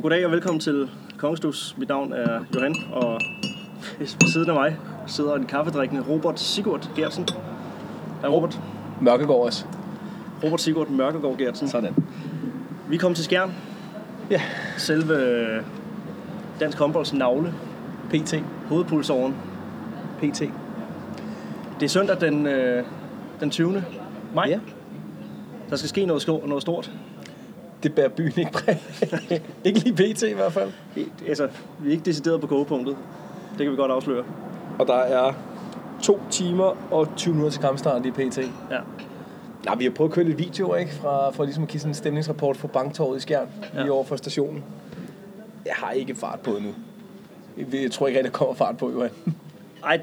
goddag og velkommen til Kongestus. Mit navn er Johan, og ved siden af mig sidder en kaffedrikkende Robert Sigurd Gertsen. Hej Robert. Mørkegaard også. Robert Sigurd Mørkegaard Gertsen. Sådan. Vi er kommet til Skjern. Ja. Selve dansk håndbolds navle. PT. Hovedpulsåren. PT. Det er søndag den 20. maj. Ja. Der skal ske noget stort. Det bærer byen ikke præg. Ikke lige PT i hvert fald. Altså, vi er ikke decideret på kogepunktet. Det kan vi godt afsløre. Og der er 2 timer og 20 minutter til kampstart i PT. Ja. Nej, vi har prøvet at køre lidt videoer, ikke? For ligesom at give sådan en stemningsrapport fra Banktorvet i Skjern. Lige over for stationen. Jeg har ikke fart på nu. Jeg tror ikke rigtig, der kommer fart på, Johan. Ej,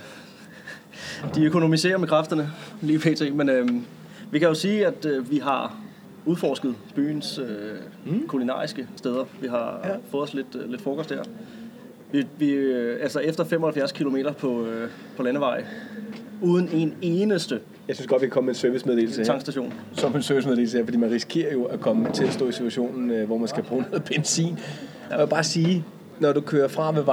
de økonomiserer med kræfterne lige pt. Men vi kan jo sige, at vi har udforsket byens kulinariske steder. Vi har fået os lidt frokost her. Vi altså efter 75 kilometer på landevej, uden en eneste. Jeg synes godt, vi kan komme med en servicemeddelelse her. Tankstation. Som en servicemeddelelse her, fordi man risikerer jo at komme til at stå i situationen, hvor man skal bruge noget benzin. Ja. Og jeg vil bare sige, når du kører fra ved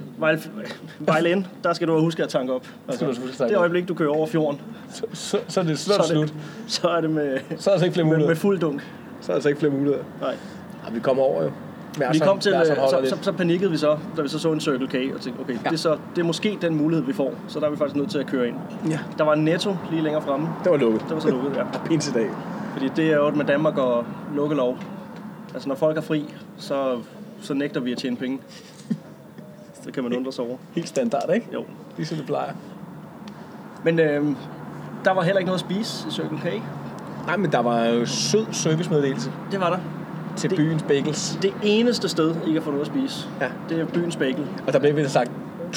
Vejle ind, der skal du huske at tanke op. Altså, det øjeblik, du kører over fjorden, så er det slut. Så er det med, så er der ikke flere muligheder. Med fuld dunk. Så er der ikke flere muligheder. Nej. Ja, vi kommer over jo. Vi kom til, så panikkede vi så, da vi så en Circle K, og tænkte, okay, det er måske den mulighed, vi får. Så der er vi faktisk nødt til at køre ind. Ja. Der var en Netto lige længere fremme. Det var lukket. Det var så lukket, ja. Pinsedag. Fordi det er jo med Danmark og lukkelov. Altså, når folk er fri, så nægter vi at tjene penge. Det kan man undre sig over. Helt standard, ikke? Jo. Ligesom det plejer. Men der var heller ikke noget at spise i Circle K. Nej, men der var jo sød servicemeddelelse. Det var der. Til byens bagels. Det eneste sted, I kan få noget at spise, det er byens bagel. Og der blev vi sagt...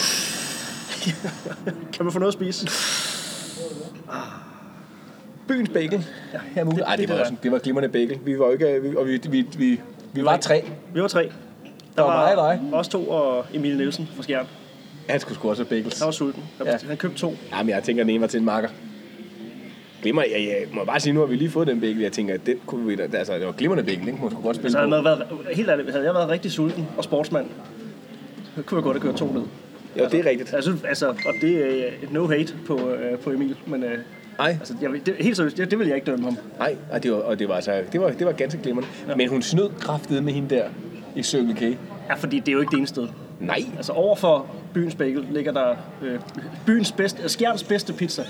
Kan man få noget at spise? Byens bagel. Ja, det var glimrende bagel. Vi var jo ikke... Vi var 3. Vi var 3. Der var mig og dig. Os 2 og Emil Nielsen fra Skjern. Han skulle sgu også have bagels. Han var sulten. Han købte 2. Jamen, jeg tænker, den ene var til en marker. Glimmer, jeg må bare sige, nu har vi lige fået den bagel. Jeg tænker, at den kunne vi... Altså, det var glimrende bagel, ikke? Man skulle godt spille helt ærligt, havde jeg været rigtig sulten og sportsmand, så kunne jeg godt have kørt 2 ned. Ja, det er rigtigt. Jeg synes, og det er no hate på Emil, men... Nej. Altså, helt seriøst, det vil jeg ikke dømme ham. Nej, det var ganske glimrende. Ja. Men hun snød kraftedet med hende der i Circle K. Ja, fordi det er jo ikke det eneste sted. Nej. Altså overfor byens bagel ligger der Skjerns bedste pizza.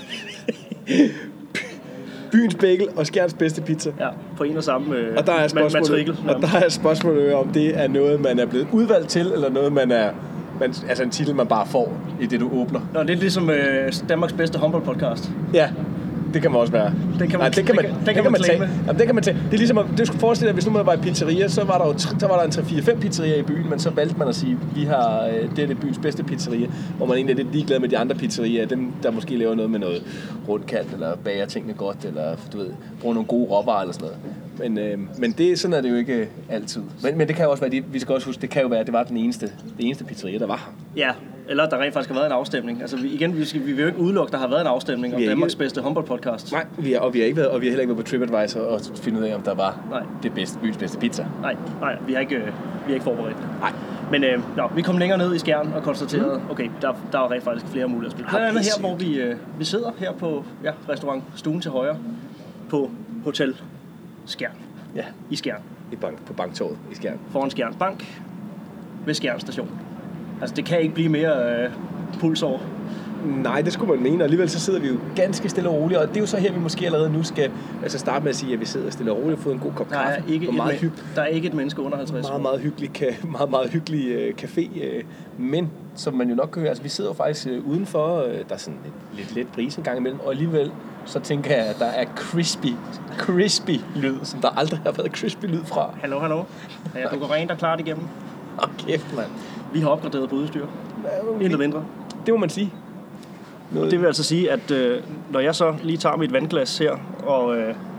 Byens bagel og Skjerns bedste pizza. Ja, på en og samme matrikel. Og der er spørgsmålet om det er noget, man er blevet udvalgt til, eller noget, altså en titel, man bare får i det, du åbner. Nå, det er ligesom Danmarks bedste håndboldpodcast. Ja, det kan man også være. Det kan man tage. Jamen, det kan man tage. Det er ligesom, det skulle forestille dig, hvis nu man var i pizzeria, så var der en 3-4-5 pizzerier i byen, men så valgte man at sige, det er det byens bedste pizzeria, hvor man egentlig er lidt ligeglad med de andre pizzerier, dem der måske laver noget med noget rundkant, eller bager tingene godt, eller du ved, bruger nogle gode råvarer eller sådan noget. Men det, sådan er det jo ikke altid. Men det kan jo også være, vi skal også huske, det kan jo være, at det var det eneste pizzeria, der var. Ja, eller der rent faktisk har været en afstemning. Altså vi vil jo ikke udelukke, der har været en afstemning om Danmarks bedste håndboldpodcast. Nej, vi har heller ikke været på TripAdvisor og finde ud af, om der var byens bedste pizza. Nej, vi har ikke forberedt. Nej. Men vi kom længere ned i Skjern og konstaterede, okay, der var rent faktisk flere muligheder at spille. Blandt andet her, hvor vi sidder her på restaurant Stuen til Højre på Hotel Skjern. Ja. I Skjern. På Banktorvet i Skjern. Foran Skjern Bank ved Skjern Station. Altså, det kan ikke blive mere pulsår. Nej, det skulle man mene, og alligevel så sidder vi jo ganske stille og roligt, og det er jo så her, vi måske allerede nu skal starte med at sige, at vi sidder stille og roligt og får en god kop kaffe. Der er ikke et menneske under 50. Meget hyggelig café, men som man jo nok kan høre, altså vi sidder jo faktisk udenfor, der er sådan lidt let brise en gang imellem, og alligevel så tænker jeg, at der er crispy lyd, som der aldrig har været crispy lyd fra. Hallo. Ja, du går rent og klart igennem. Kæft, mand. Vi har opgraderet på udstyr. Intet mindre. Det må man sige. Det vil altså sige, at når jeg så lige tager mit vandglas her og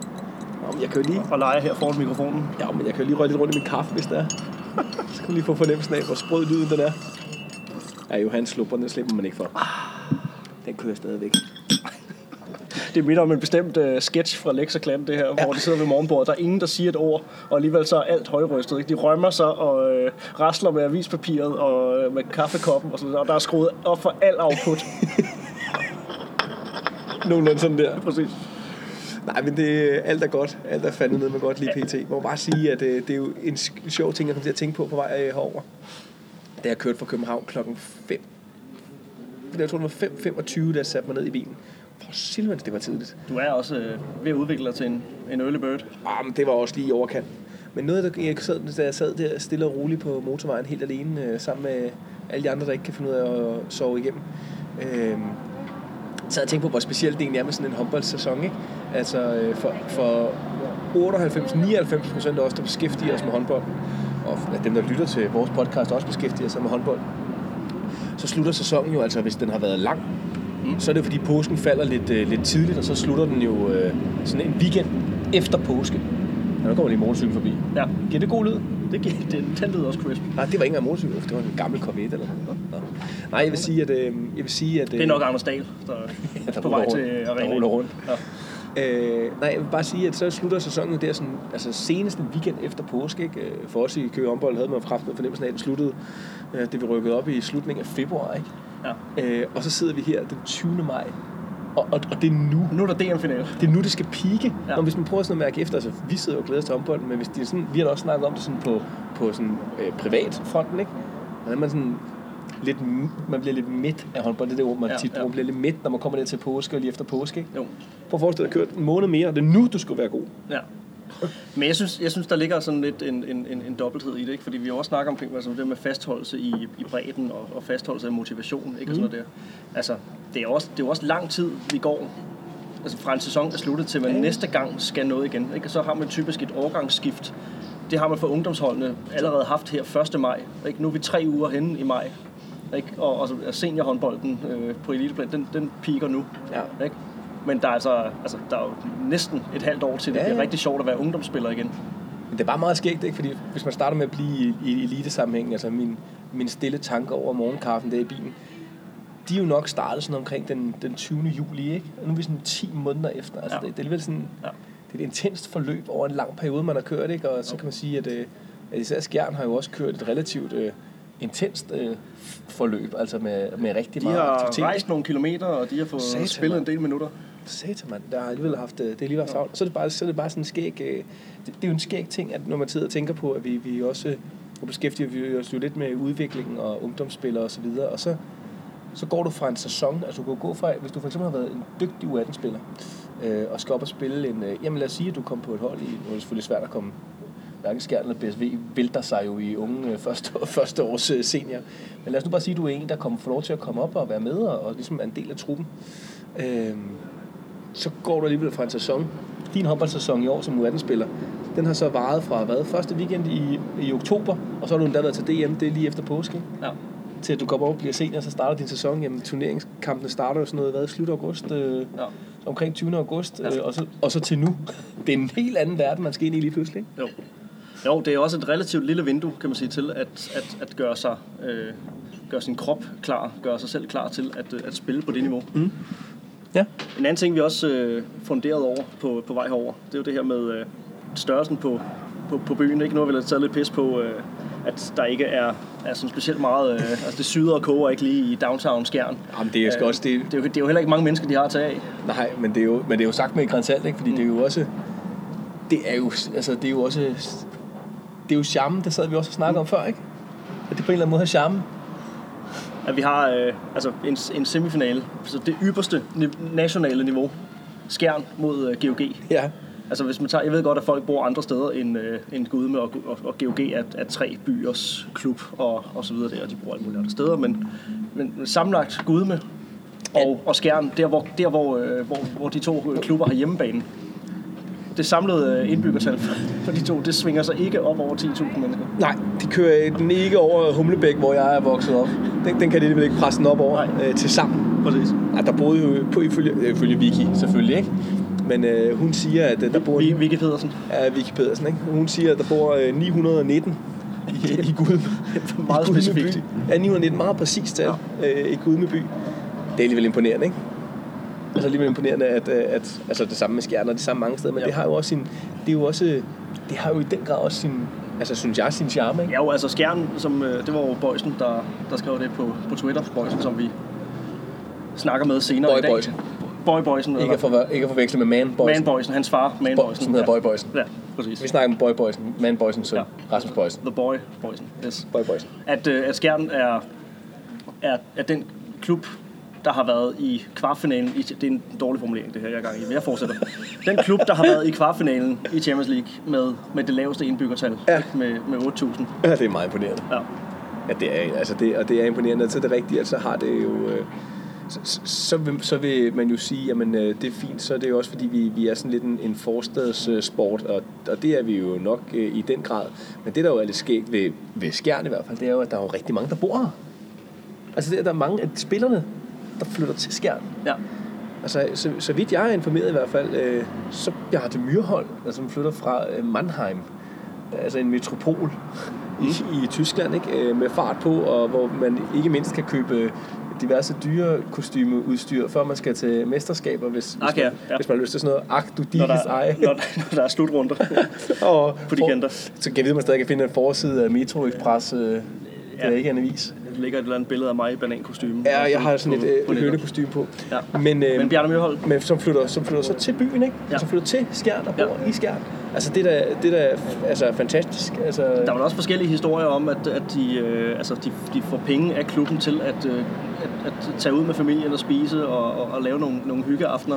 leger her foran mikrofonen. Ja, men jeg kan jo lige røre lidt rundt i min kaffe, hvis det er. Så kan du lige få fornemmelsen af, hvor sprød lyden den er. Ja, Johan slupper, den slipper man ikke for. Den kører stadigvæk. Det minder om en bestemt sketch fra Lex og Klan, det her, hvor de sidder ved morgenbordet. Der er ingen, der siger et ord, og alligevel så er alt højrystet. Ikke? De rømmer sig og rasler med avispapiret og med kaffekoppen og sådan noget. Og der er skruet op for al output. Nogenlunde sådan der. Præcis. Nej, men alt er godt. Alt er faldet ned med godt lige pt. Må bare sige, at det er jo en sjov ting, jeg kommer til at tænke på vej herover. Da jeg kørte fra København klokken 5. Jeg tror, det var 5:25, da jeg satte mig ned i bilen. For silvans, det var tidligt. Du er også ved at udvikle dig til en early bird. Men det var også lige i overkant. Men noget, da jeg sad der stille og roligt på motorvejen helt alene, sammen med alle de andre, der ikke kan finde ud af at sove igennem. Så jeg tænkte på, hvor specielt det egentlig er med sådan en håndboldsæson, ikke? Altså for 98-99% af os, der beskæftiger os med håndbold, og dem, der lytter til vores podcast, også beskæftiger sig med håndbold, så slutter sæsonen jo, altså hvis den har været lang, så er det fordi påsken falder lidt tidligt, og så slutter den jo sådan en weekend efter påske. Ja, nu kommer lige motorcykel forbi. Ja. Giver det god lyd? Den lyder også crisp. Nej, det var ikke engang motorcykel, det var en gammel Corvette eller noget. Nej, jeg vil sige, at det er nok Anders Dahl, der er på vej til arenaen. Der ruller rundt. Ja. Nej, jeg vil bare sige, at så slutter sæsonen der sådan, altså senest en weekend efter påske, ikke? For os i Køge Håndbold havde man haft noget fornemmelsen af, at det sluttede, det vi rykkede op i slutningen af februar, ikke? Ja. Og så sidder vi her den 20. maj, og det er nu. Nu er der DM-finale. Det er nu, det skal peake. Ja. Og hvis man prøver sådan at mærke efter, altså vi sidder jo og glæder os til håndbolden, men hvis de sådan, vi har da også snakket om det sådan på sådan privatfronten, ikke? Der er man sådan man bliver lidt midt af håndbold, det er det ord, man tit bruger. Man bliver lidt midt, når man kommer ned til påske og lige efter påske, ikke? Jo. Prøv at forestille dig, at kørt en måned mere, og det er nu, du skal være god. Ja. Men jeg synes, der ligger sådan lidt en dobbelthed i det, ikke? Fordi vi har også snakket omkring altså det med fastholdelse i bredden og fastholdelse af motivation, ikke? Og sådan noget der. Altså, det er jo også lang tid, vi går altså fra en sæson er sluttet til, man næste gang skal noget igen, ikke? Så har man typisk et årgangsskift. Det har man for ungdomsholdene allerede haft her 1. maj, ikke? Nu er vi 3 uger henne i maj, ikke? Og seniorhåndbolden på eliteplan, den piker nu, ikke? Men der er der er jo næsten et halvt år til, det bliver rigtig sjovt at være ungdomsspiller igen. Men det er bare meget skægt, ikke? Fordi hvis man starter med at blive i elitesammenhæng, altså min stille tanker over morgenkaffen der i bilen, de er jo nok startet sådan omkring den 20. juli, ikke? Og nu er vi sådan 10 måneder efter. Altså det er alligevel sådan, det er et intenst forløb over en lang periode, man har kørt, ikke? Og så kan man sige, at især Skjern har jo også kørt et relativt intenst forløb, altså med rigtig meget aktivitet. De har rejst nogle kilometer, og de har fået spillet en del minutter. Satan, mand. Der har alligevel haft det lige været så er det bare sådan en skæg. Det er jo en skæg ting, at når man sidder og tænker på, at vi også beskæftiger vi os jo lidt med udviklingen og ungdomsspillere og så videre, og så går du fra en sæson, altså du kan gå fra, hvis du for eksempel har været en dygtig U18-spiller, og skal op og spille jamen lad os sige, at du kom på et hold nu er det selvfølgelig svært at komme, hverken Skjern eller BSV vælter sig jo i unge første års senior, men lad os nu bare sige, at du er en, der får lov til at komme op og være med, og ligesom er en del af truppen. Så går du alligevel fra en sæson, din håndboldsæson i år som U18-spiller, den har så varet fra første weekend i oktober, og så har du endda været til DM, det er lige efter påske. Ja. Til at du kommer op og bliver senior, så starter din sæson. Jamen, turneringskampene starter jo sådan noget, slut august, omkring 20. august, og så til nu. Det er en helt anden verden, man skal ind i lige pludselig. Jo, det er også et relativt lille vindue, kan man sige, til at gøre sig, gøre sin krop klar, gøre sig selv klar til at spille på det niveau. Mm. Ja. En anden ting, vi også funderet over på vej herover, det er jo det her med størrelsen på byen. Ikke? Nu har vi taget lidt pis på, at der ikke er sådan specielt meget, altså det syder og koger ikke lige i downtown Skjern. Jamen det er jo også det. Det er jo heller ikke mange mennesker, de har at tage af. Nej, men det er jo sagt med grænsalt, ikke? Fordi det er jo også, det er jo charmen, det sad vi også og snakkede om før, ikke? At det på en eller anden måde har charmen. At vi har en semifinale, så det ypperste nationale niveau, Skjern mod GOG. Ja. Altså hvis man tager, jeg ved godt, at folk bor andre steder end Gudme, og GOG er 3 byers klub og så videre der, og de bor alle mulige andre steder, men sammenlagt Gudme og Skjern, der hvor de to klubber har hjemmebane, det samlede indbyggertal for de to, det svinger sig ikke op over 10.000 mennesker. Nej, de kører den ikke over Humlebæk, hvor jeg er vokset op. Den kan de alligevel ikke presse den op over til sammen. Præcis. Nej, der boede jo på ifølge Vicky selvfølgelig, ikke? Men hun siger, at der bor... Vicky Pedersen. Ja, Vicky Pedersen, ikke? Hun siger, at der bor 919 i Gudme. Meget specifikt. Ja, 919, meget præcist tal i Gudmeby. Det er alligevel imponerende, ikke? Altså alligevel imponerende, at altså det samme med Skjern og det samme mange steder, men det har jo også sin, det har jo i den grad også sin, altså synes jeg, sin charme, ikke? Ja, jo, altså Skjern, som, det var jo Bøjsen, der skrev det på Twitter, Bøjsen, som vi snakker med senere i dag. Boy Bøjsen. Ikke at forveksle med Man Bøjsen. Man Bøjsen, hans far, Man Bøjsen. Som hedder Boy Bøjsen. Ja, præcis. Vi snakker om Boy Bøjsen, Man Bøjsen, så Rasmus Bøjsen. The Boy Bøjsen, yes. Boy Bøjsen. At Skjern er den klub, der har været i kvartfinalen, det er en dårlig formulering det her, jeg er gang i, men jeg fortsætter. Den klub, der har været i kvartfinalen i Champions League med det laveste indbyggertal, med 8.000. Ja, det er meget imponerende. Ja. Ja, det er, altså og det er imponerende, så det er rigtigt, altså har det jo... Så vil man jo sige, jamen det er fint, så er det jo også fordi vi er sådan lidt en forstadssport, og det er vi jo nok i den grad. Men det der jo er lidt skægt ved Skjern i hvert fald, det er jo, at der er jo rigtig mange, der bor her. Altså der er mange af spillerne, der flytter til Skjern. Ja. Altså så vidt jeg er informeret i hvert fald, så Bjarte Myrhold, som flytter fra Mannheim, altså en metropol i Tyskland, ikke, med fart på, og hvor man ikke mindst kan købe diverse dyre kostymeudstyr, før man skal til mesterskaber, hvis man har lyst til sådan noget. Du diges ej. Når der er slutrunder på de kanter. Så kan jeg vide, at man stadig kan finde en forside af Metro Express. Det er ikke en avis. Der ligger et eller andet billede af mig i banankostyme. Ja, jeg har sådan et hønekostyme på. Ja. Men Bjarne Myrhold. Men som flytter så til byen, ikke? Ja. Som flytter til Skjern og bor i Skjern. Altså det er altså fantastisk. Altså... Der var også forskellige historier om, at de får penge af klubben til at tage ud med familien og spise og lave nogle hyggeaftener.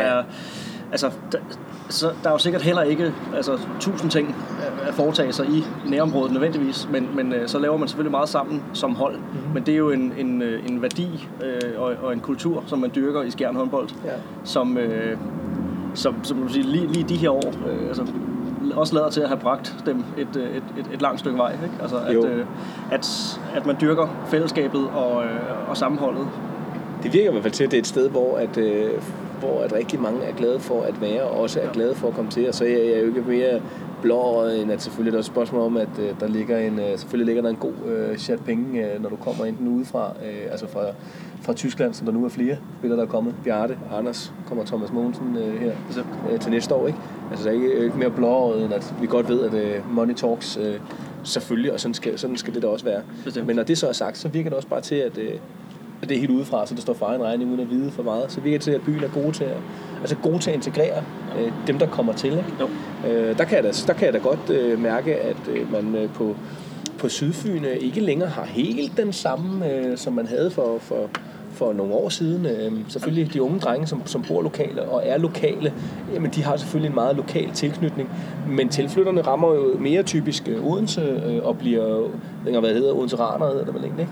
Der er jo sikkert heller ikke 1000 ting at foretage sig i nærområdet nødvendigvis, men så laver man selvfølgelig meget sammen som hold. Men det er jo en værdi og en kultur, som man dyrker i Skjern håndbold, som man sige, lige de her år også lader til at have bragt dem et langt stykke vej. Ikke? Altså, at man dyrker fællesskabet og sammenholdet. Det virker i hvert fald til, at det er et sted, hvor at rigtig mange er glade for at være, og også er glade for at komme til. Og så er jeg jo ikke mere blåøjet, end at selvfølgelig der er et spørgsmål om, at der ligger der en god chat penge, når du kommer enten udefra, altså fra Tyskland, som der nu er flere spillere, der er kommet. Bjarte, Anders, kommer Thomas Mogensen her til næste år, ikke? Altså der er ikke mere blåøjet, end at vi godt ved, at money talks selvfølgelig, og sådan skal det da også være. Bestemt. Men når det så er sagt, så virker det også bare til, at det er helt udefra, så det står for egen regning uden at vide for meget. Så virker det til, at byen er gode til at integrere dem, der kommer til. Ikke? Der kan jeg da godt mærke, at man på Sydfyn ikke længere har helt den samme, som man havde for nogle år siden. Selvfølgelig de unge drenge, som bor lokale og er lokale, jamen de har selvfølgelig en meget lokal tilknytning. Men tilflytterne rammer jo mere typisk Odense og bliver, Odenseranere hedder det vel ikke?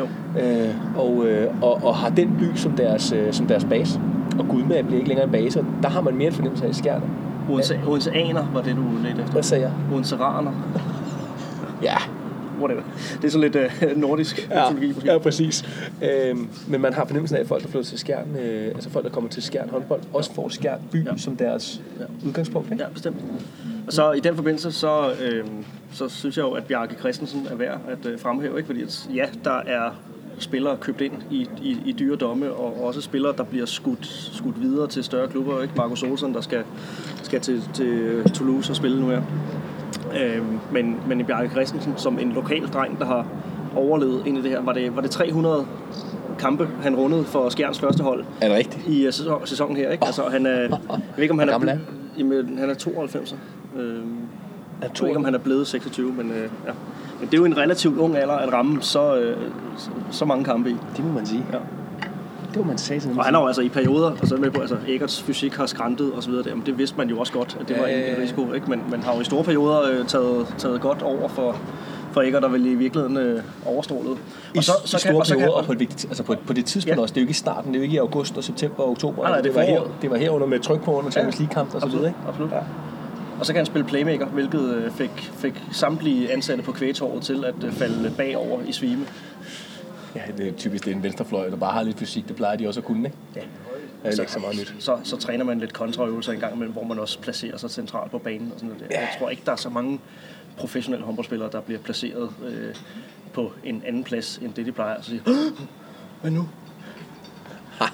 Jo. Og har den by som deres base. Og Gudmad bliver ikke længere en base, og der har man mere en fornemmelse af i Skjern. Odenseaner var det, du ledte efter. Hvad sagde jeg? Odenseranere. Ja. Whatever. Det er sådan lidt nordisk mytologi. Ja, præcis. Men man har fornemmelsen af, at folk, der flytter til Skjern, altså folk, der kommer til Skjern håndbold, også får Skjern by som deres udgangspunkt. Ikke? Ja, bestemt. Og så i den forbindelse, så synes jeg jo, at Bjarke Christensen er værd at fremhæve, ikke? Fordi der er spillere købt ind i dyre domme, og også spillere, der bliver skudt videre til større klubber, ikke? Markus Olsen, der skal til Toulouse og spille nu her. Men i Bjarke Christensen, som en lokal dreng, der har overlevet ind i det her, var det 300 kampe, han rundede for Skjerns første hold. Er det rigtigt? I sæsonen her, ikke? Altså, han er... Jeg ved ikke, om han er... Jamen, han er 92. Jeg ved ikke, om han er blevet 26, men ja. Men det er jo en relativt ung alder at ramme så mange kampe i. Det må man sige. Ja. Det må man sige. Og han har jo altså i perioder, og så med på, altså Egerts fysik har skræntet og så videre der, men det vidste man jo også godt, at det var en risiko, ikke? Men man har jo i store perioder taget godt over for Egert, der vel i virkeligheden overstrålede. Og så store perioder, og på det tidspunkt også, det er jo ikke i starten, det er jo ikke i august og september og oktober. Nej, det var herunder med tryk på under Champions League-kamp og så videre, ikke? Absolut. Ja. Og så kan han spille playmaker, hvilket fik samtlige ansatte på Kvægtorvet til at falde bagover i svime. Ja, det er typisk en venstrefløj, der bare har lidt fysik. Det plejer de også at kunne, ikke? Ja. Det er ikke så meget nyt. Så træner man lidt kontraøvelser en gang imellem, hvor man også placerer sig centralt på banen og sådan noget. Ja. Jeg tror ikke, der er så mange professionelle håndboldspillere, der bliver placeret på en anden plads, end det de plejer. Så siger, hvad nu?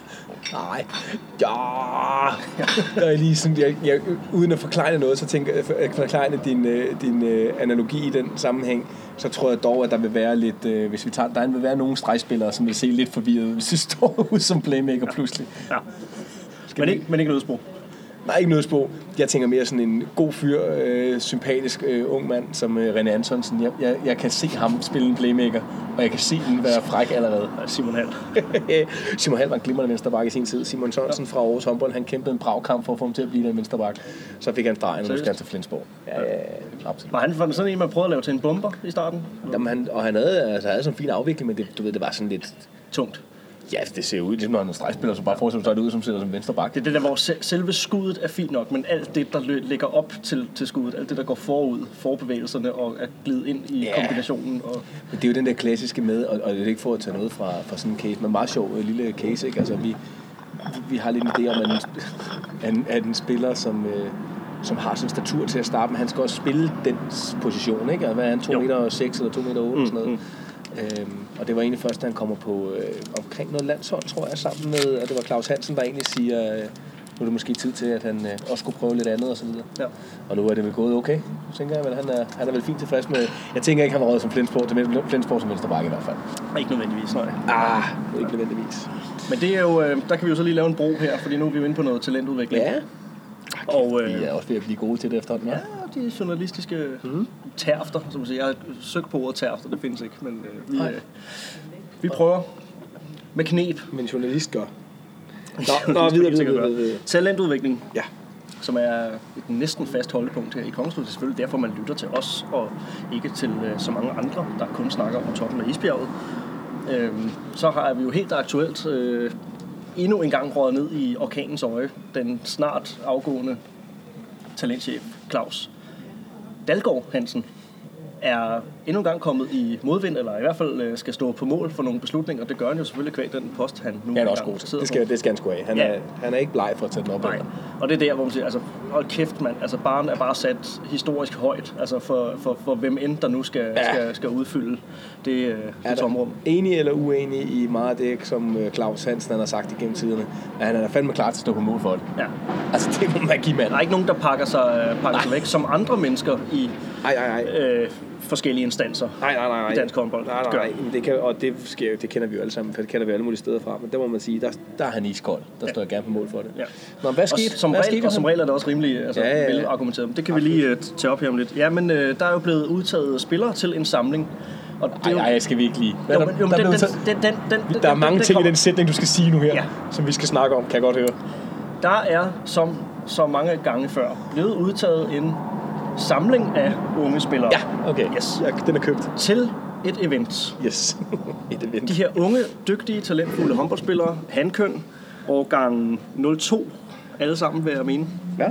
Nej. Ja. Der er lige sådan, jeg, uden at forklare noget, så tænker jeg, forklare din analogi i den sammenhæng, så tror jeg dog, at der vil være lidt, hvis vi tager, der vil være nogle stregspillere, som vil se lidt forvirret, hvis de står ud som playmaker pludselig. Ja. Men ikke nødsprog. Nej, ikke nødsprog. Jeg tænker mere sådan en god fyr, sympatisk ung mand som René Antonsen. Jeg kan se ham spille en playmaker, og jeg kan se den være fræk allerede. Simon Hall. Simon Hall var en glimrende venstreback i sin tid. Simon Sørensen fra Aarhus Håndbold, han kæmpede en brav kamp for at få ham til at blive den venstreback. Så fik han stregen, og nu skal han til Flensborg. Ja, absolut. Var han sådan en, man prøvede at lave til en bomber i starten? Jamen, han havde sådan en fin afvikling, men det var sådan lidt tungt. Ja, det ser ud, ligesom når han er stregspiller, så bare fortsætter så det ud, som sidder som venstreback. Det er det der, hvor selve skuddet er fint nok, men alt det, der ligger op til skuddet, alt det, der går forud, forbevægelserne og at glide ind i kombinationen. Og men det er jo den der klassiske med, og det er ikke for at tage noget fra sådan en case, men meget sjov lille case, ikke? Altså, vi har lidt en idé om, at en spiller, som har sådan statur til at starte, men han skal også spille den position, ikke? Hvad er han, 2,6 meter eller 2,8 meter sådan noget. Og det var egentlig først, da han kommer på omkring noget landshold, tror jeg, sammen med, og det var Claus Hansen, der egentlig siger, nu er det måske tid til, at han også skulle prøve lidt andet og så videre. Ja. Og nu er det vel gået okay, tænker jeg, men han er vel fint tilfreds med, jeg tænker ikke, han var røget som Flensborg som venstreback i hvert fald. Ikke nødvendigvis, nej. Ikke nødvendigvis. Men det er jo, der kan vi jo så lige lave en bro her, fordi nu er vi jo inde på noget talentudvikling. Ja. Og vi er også ved at blive gode til det efterhånden. Ja, de journalistiske tærfter, som man siger. Jeg har søgt på ordet tærfter, det findes ikke, men vi prøver med knep. Men journalist gør. Videre. Talentudvikling, ja. Som er et næsten fast holdepunkt her i Kongeslund. Det er selvfølgelig derfor, man lytter til os, og ikke til så mange andre, der kun snakker om toppen af isbjerget. Så har vi jo helt aktuelt endnu en gang røget ned i orkanens øje. Den snart afgående talentchef Claus Dalgaard Hansen er endnu en gang kommet i modvind, eller i hvert fald skal stå på mål for nogle beslutninger. Det gør han jo selvfølgelig kvæg den post, han nu er også god til. Det skal han sgu af. Han er ikke bleg for at tage den op. Nej. Og det er der, hvor man siger, altså hold kæft mand, altså barren er bare sat historisk højt, altså for hvem end der nu skal udfylde det tomrum. Enig eller uenig i meget af det, som Claus Hansen han har sagt igennem tiderne, at han er fandme klar til at stå på mål for det. Ja. Altså det må man give mand. Der er ikke nogen, der pakker sig væk, som andre mennesker i forskellige instanser i dansk håndbold. Nej. Det kender vi jo alle sammen, for det kender vi alle mulige steder fra, men der må man sige, der er han iskold. Der står jeg gerne på mål for det. Ja. Nå, hvad skete? Som regel er det også rimelig argumenteret. Det kan vi lige tage op her om lidt. Ja, men der er jo blevet udtaget spillere til en samling. Nej, skal vi ikke lige. Der er mange ting i den sætning, du skal sige nu her, som vi skal snakke om, kan jeg godt høre. Der er, som så mange gange før, blevet udtaget en samling af unge spillere. Ja, okay. Yes. Ja, den er købt. Til et event. Yes, et event. De her unge, dygtige, talentfulde håndboldspillere, hankøn, årgang 02, alle sammen vil jeg mene. Ja.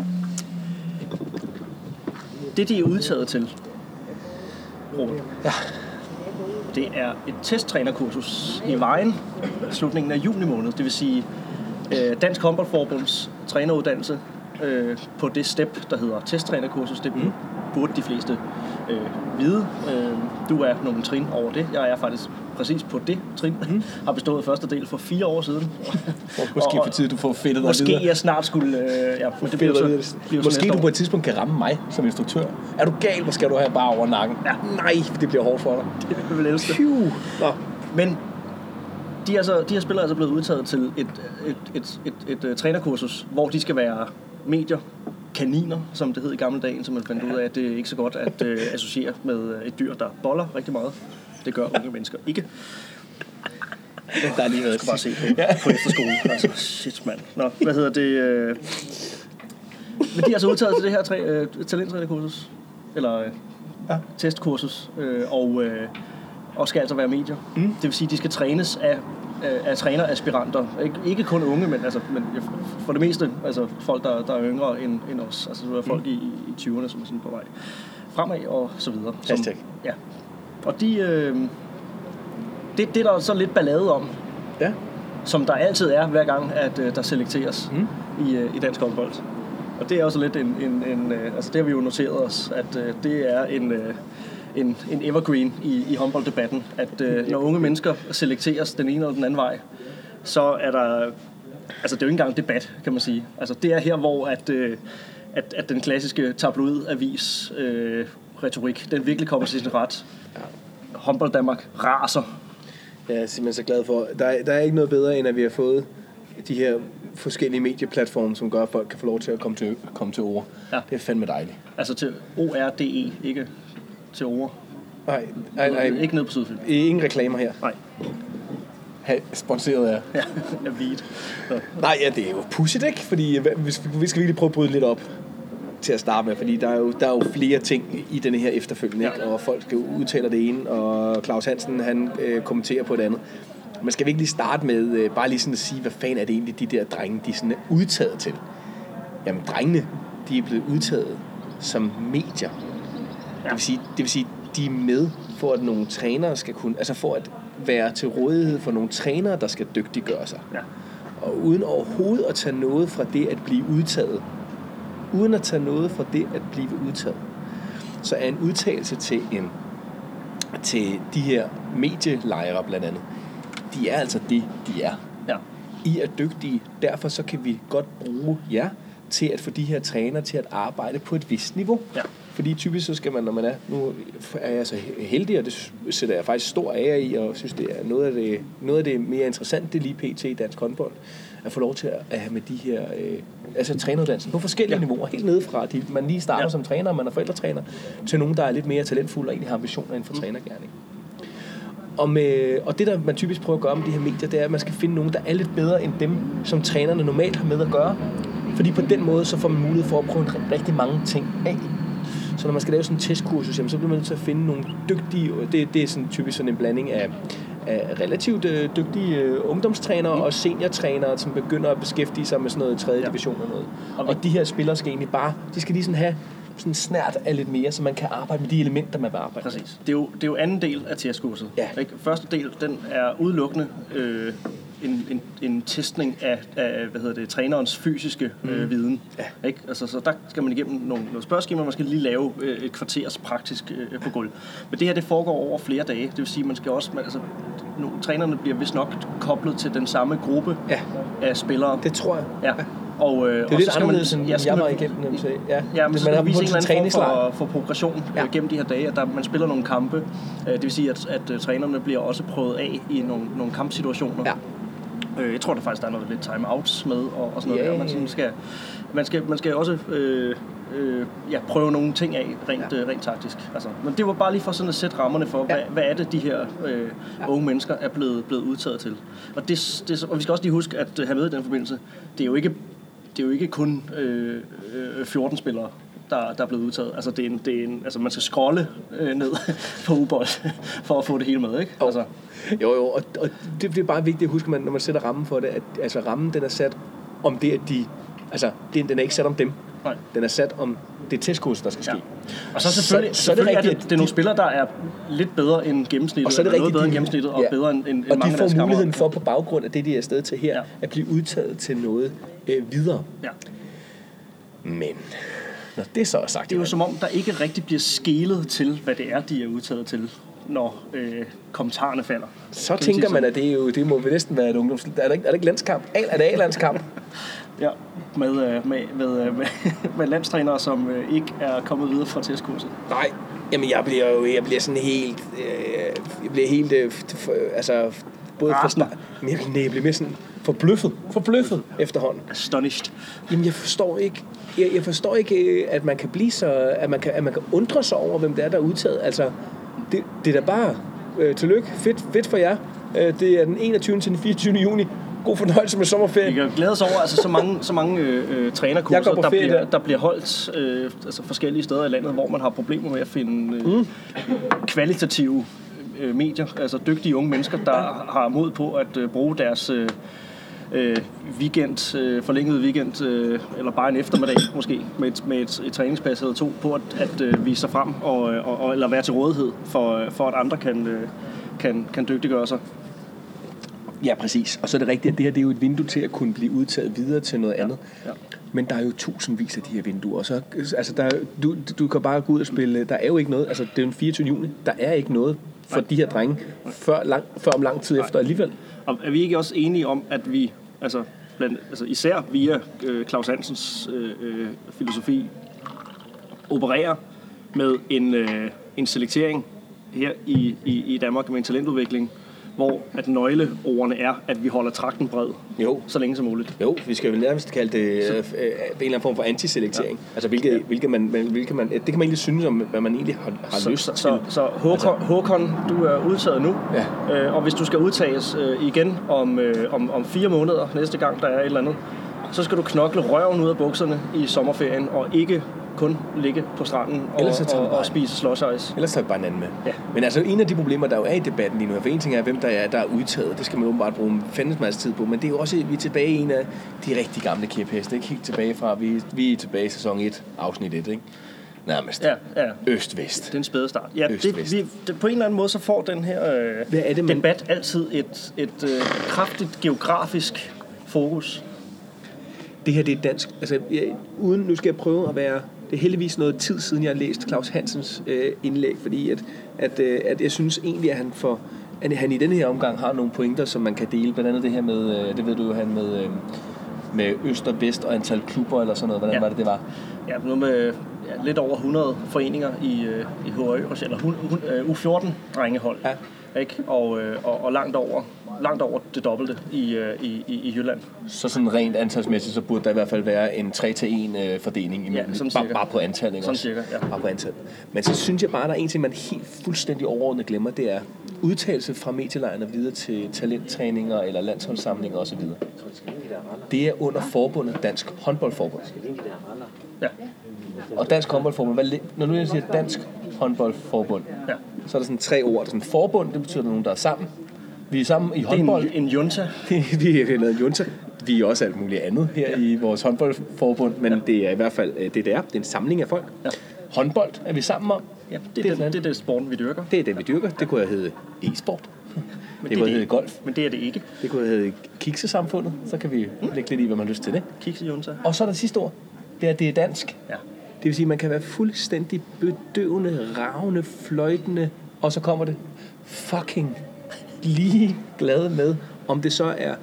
Det, de er udtaget til, Robert, det er et testtrænerkursus i Vejen slutningen af juni måned. Det vil sige Dansk Håndboldforbunds træneruddannelse på det step, der hedder testtrænerkursus. Det burde de fleste vide. Du er nogle trin over det. Jeg er faktisk præcis på det trin. Har bestået første del for 4 år siden. Måske for tid, du får fedtet dig måske videre. Jeg snart skulle... Måske du på et tidspunkt kan ramme mig som instruktør. Er du gal, hvor skal du have bare over nakken? Ja. Nej, det bliver hårdt for dig. Det vil jeg elske. Men de her spillere er altså blevet udtaget til et trænerkursus, hvor de skal være medier, kaniner, som det hed i gamle dage, som man fandt ud af, at det er ikke så godt at associere med et dyr, der boller rigtig meget. Det gør unge mennesker ikke. Der er lige været. Jeg skal bare se på efterskolen. Altså, shit, mand. Nå, hvad hedder det? Men de er altså udtaget til det her talenttrænerkursus, eller testkursus, og skal altså være medier. Det vil sige, at de skal trænes af træneraspiranter. Ikke kun unge, men for det meste folk, der er yngre end os. Altså så er folk i 20'erne, som er sådan på vej fremad og så videre. Ja. Og det er der så lidt ballade om. Ja. Som der altid er, hver gang, at der selekteres i dansk håndbold. Og det er også lidt det har vi jo noteret os, at det er en evergreen i håndbolddebatten, at når unge mennesker selekteres den ene eller den anden vej, så er der Altså, det er jo ikke engang debat, kan man sige. Altså, det er her, hvor at den klassiske tabloidavis retorik, den virkelig kommer til sin ret. Håndbold Danmark raser. Jeg er simpelthen så glad for. Der er ikke noget bedre, end at vi har fået de her forskellige medieplatforme, som gør, at folk kan få lov til at komme til ord. Ja. Det er fandme dejligt. Altså til ORDE, ikke til ord. Nej. Ikke ned på Sydfyn. Ingen reklamer her. Nej. Sponsoreret af. Ja, jeg ved. Nej, ja, det er jo pudsigt, ikke? Fordi vi skal virkelig prøve at bryde lidt op til at starte med, fordi der er jo flere ting i denne her efterfølgende, ikke? Og folk skal udtale det ene, og Claus Hansen, han kommenterer på det andet. Man skal virkelig starte med bare lige sådan at sige, hvad fanden er det egentlig, de der drenge, de sådan er udtaget til? Jamen, drengene, de er blevet udtaget som medier. Ja. Det vil sige, de er med for, at nogle trænere skal kunne, altså for at være til rådighed for nogle trænere, der skal dygtiggøre sig. Ja. Og uden overhovedet at tage noget fra det at blive udtaget. Så er en udtalelse til de her medielejre blandt andet, de er altså det, de er. Ja. I er dygtige, derfor så kan vi godt bruge jer til at få de her trænere til at arbejde på et vist niveau. Ja. Fordi typisk så skal man, når man er, nu er jeg så heldig, og det sætter jeg faktisk stor ære i, og synes, det er noget af det mere interessante lige pt. I dansk håndbold, at få lov til at have med de her, altså træneruddannelsen på forskellige niveauer, helt nedefra. Man lige starter som træner, man er forældretræner, til nogen, der er lidt mere talentfulde og egentlig har ambitioner inden for trænergerning. Og det, der man typisk prøver at gøre med de her medier, det er, at man skal finde nogen, der er lidt bedre end dem, som trænerne normalt har med at gøre. Fordi på den måde, så får man mulighed for at prøve rigtig mange ting af. Så når man skal lave sådan en testkursus, så bliver man nødt til at finde nogle dygtige, det er sådan typisk sådan en blanding af relativt dygtige ungdomstrænere og seniortrænere, som begynder at beskæftige sig med sådan noget 3. division og noget. Og de her spillere skal egentlig bare, de skal lige sådan have sådan snært af lidt mere, så man kan arbejde med de elementer, man vil arbejde med. Præcis. Det er jo anden del af testkurset. Ja. Ikke? Første del, den er udelukkende en testning af trænerens fysiske viden. Ja. Ikke? Altså, så der skal man igennem nogle spørgeskemaer, man skal lige lave et kvarters praktisk på gulv. Men det her, det foregår over flere dage. Det vil sige, man skal også, trænerne bliver vist nok koblet til den samme gruppe af spillere. Det tror jeg. Ja. Og, det er lidt anderledes, end jeg var igennem. Men man har vist en eller anden for progression gennem de her dage, at man spiller nogle kampe. Det vil sige, at trænerne bliver også prøvet af i nogle kampsituationer. Ja. Jeg tror, der faktisk er noget lidt time-outs med og sådan noget der. Man skal også prøve nogle ting af rent taktisk. Altså, men det var bare lige for sådan at sætte rammerne for, hvad er det, de her unge mennesker er blevet udtaget til. Og og vi skal også lige huske at have med i den forbindelse, det er jo ikke kun 14 spillere, der er blevet udtaget. Altså, altså man skal scrolle ned på Ubold for at få det hele med, ikke? Altså. Jo, og det er bare vigtigt at huske, når man sætter rammen for det, at altså, rammen den er sat om det, at den er ikke sat om dem. Nej. Den er sat om det testkursus, der skal ske. Og så selvfølgelig, så er det rigtigt, at det er nogle spillere, der er lidt bedre end gennemsnittet, og så er det rigtigt, bedre end gennemsnittet og bedre end mange af deres kammerater. Og de får muligheden for på baggrund af det, de er afsted til her, at blive udtaget til noget videre. Ja. Men når det så er sagt, det er jo som om, der ikke rigtig bliver skelet til, hvad det er, de er udtaget til, når kommentarerne falder. Så tænker man, at det må vi næsten være et ungdoms... Er det ikke landskamp? Er det A-landskamp? Ja, med landstrænere, som ikke er kommet videre fra testkurset. Nej, jamen jeg bliver sådan helt... jeg bliver helt... altså, både men jeg bliver mere sådan forbløffet efterhånden. Astonished. Jamen jeg forstår ikke, at man kan blive så... At man kan undre sig over, hvem det er, der er udtaget. Altså, det er da bare... tillykke. Fedt for jer. Det er den 21. til den 24. juni. God fornøjelse med sommerferien. Vi kan glæde os over så mange trænerkurser, der bliver holdt altså forskellige steder i landet, hvor man har problemer med at finde kvalitative medier, altså dygtige unge mennesker, der har mod på at bruge deres forlængede weekend, eller bare en eftermiddag måske, med et træningspas eller to, på at vise sig frem eller være til rådighed for at andre kan dygtiggøre sig. Ja, præcis. Og så er det rigtigt, at det her det er jo et vindue til at kunne blive udtaget videre til noget andet. Ja. Men der er jo tusindvis af de her vinduer. Så, altså, du kan bare gå ud og spille. Der er jo ikke noget. Altså, det er den 24. juni. Der er ikke noget for de her drenge før om lang tid efter alligevel. Og er vi ikke også enige om, at vi... Altså, især via Claus Hansens filosofi, opererer med en selektering her i Danmark med en talentudvikling, hvor at nøgleordene er, at vi holder tragten bred, så længe som muligt. Jo, vi skal vel nærmest kalde det en eller anden form for antiselektering. Ja. Altså, hvilket man, det kan man egentlig synes om, hvad man egentlig har lyst til. Så Håkon, du er udtaget nu, og hvis du skal udtages igen om 4 måneder, næste gang der er et eller andet, så skal du knokle røven ud af bukserne i sommerferien, og ikke kun ligge på stranden og spise slush ice. Ellers tager vi bare en anden med. Ja. Men altså, en af de problemer, der jo er i debatten lige nu, for en ting er, hvem der er udtaget, det skal man åbenbart bruge fandens masse tid på, men det er jo også, vi er tilbage i en af de rigtig gamle kæpheste, ikke? Helt tilbage fra, vi er tilbage i sæson 1, afsnit 1, ikke? Nærmest. Ja. Øst-vest. Det er en spæde start. Ja, på en eller anden måde, så får den her debat altid et kraftigt geografisk fokus. Det her, det er dansk. Altså, nu skal jeg prøve at være... Det er heldigvis noget tid siden, jeg har læst Claus Hansens indlæg, fordi at jeg synes egentlig, at han i denne her omgang har nogle pointer, som man kan dele. Blandt andet det her med, det ved du jo, han med øst og vest og antal klubber eller sådan noget. Hvordan var det var? Ja, noget med lidt over 100 foreninger i HRØ, eller U14-drengehold. Ja. Ikke? Og langt over det dobbelte i Jylland. Så sådan rent antalsmæssigt, så burde der i hvert fald være en 3-1 fordeling imellem. Ja, bare på antal, ikke? Sådan cirka, ja. Bare på antal. Men så synes jeg bare, der er en ting, man helt fuldstændig overordnet glemmer, det er udtalelse fra medielejerne videre til talenttræninger eller landsholdssamlinger osv. Det er under forbundet Dansk Håndboldforbund. Ja. Og Dansk Håndboldforbund, når nu jeg siger Dansk Håndboldforbund, så er der sådan 3 ord. Der er sådan forbund, det betyder nogen, der er sammen. Vi er sammen i håndbold. Det er en junta. Vi er lavet en junta. Vi er også alt muligt andet her i vores håndboldforbund, men det er i hvert fald det er en samling af folk. Ja. Håndbold er vi sammen om. Ja, det er det sporten, vi dyrker. Det er det, vi dyrker. Det kunne have heddet e-sport. Det kunne have heddet golf. Men det er det ikke. Det kunne have heddet kiksesamfundet. Så kan vi lægge lidt i, hvad man har lyst til det. Kiksejunta. Og så er der sidste ord. Det er dansk. Ja. Det vil sige, at man kan være fuldstændig bedøvende, ravende, fløjtende, og så kommer det fucking lige glad med, om det så er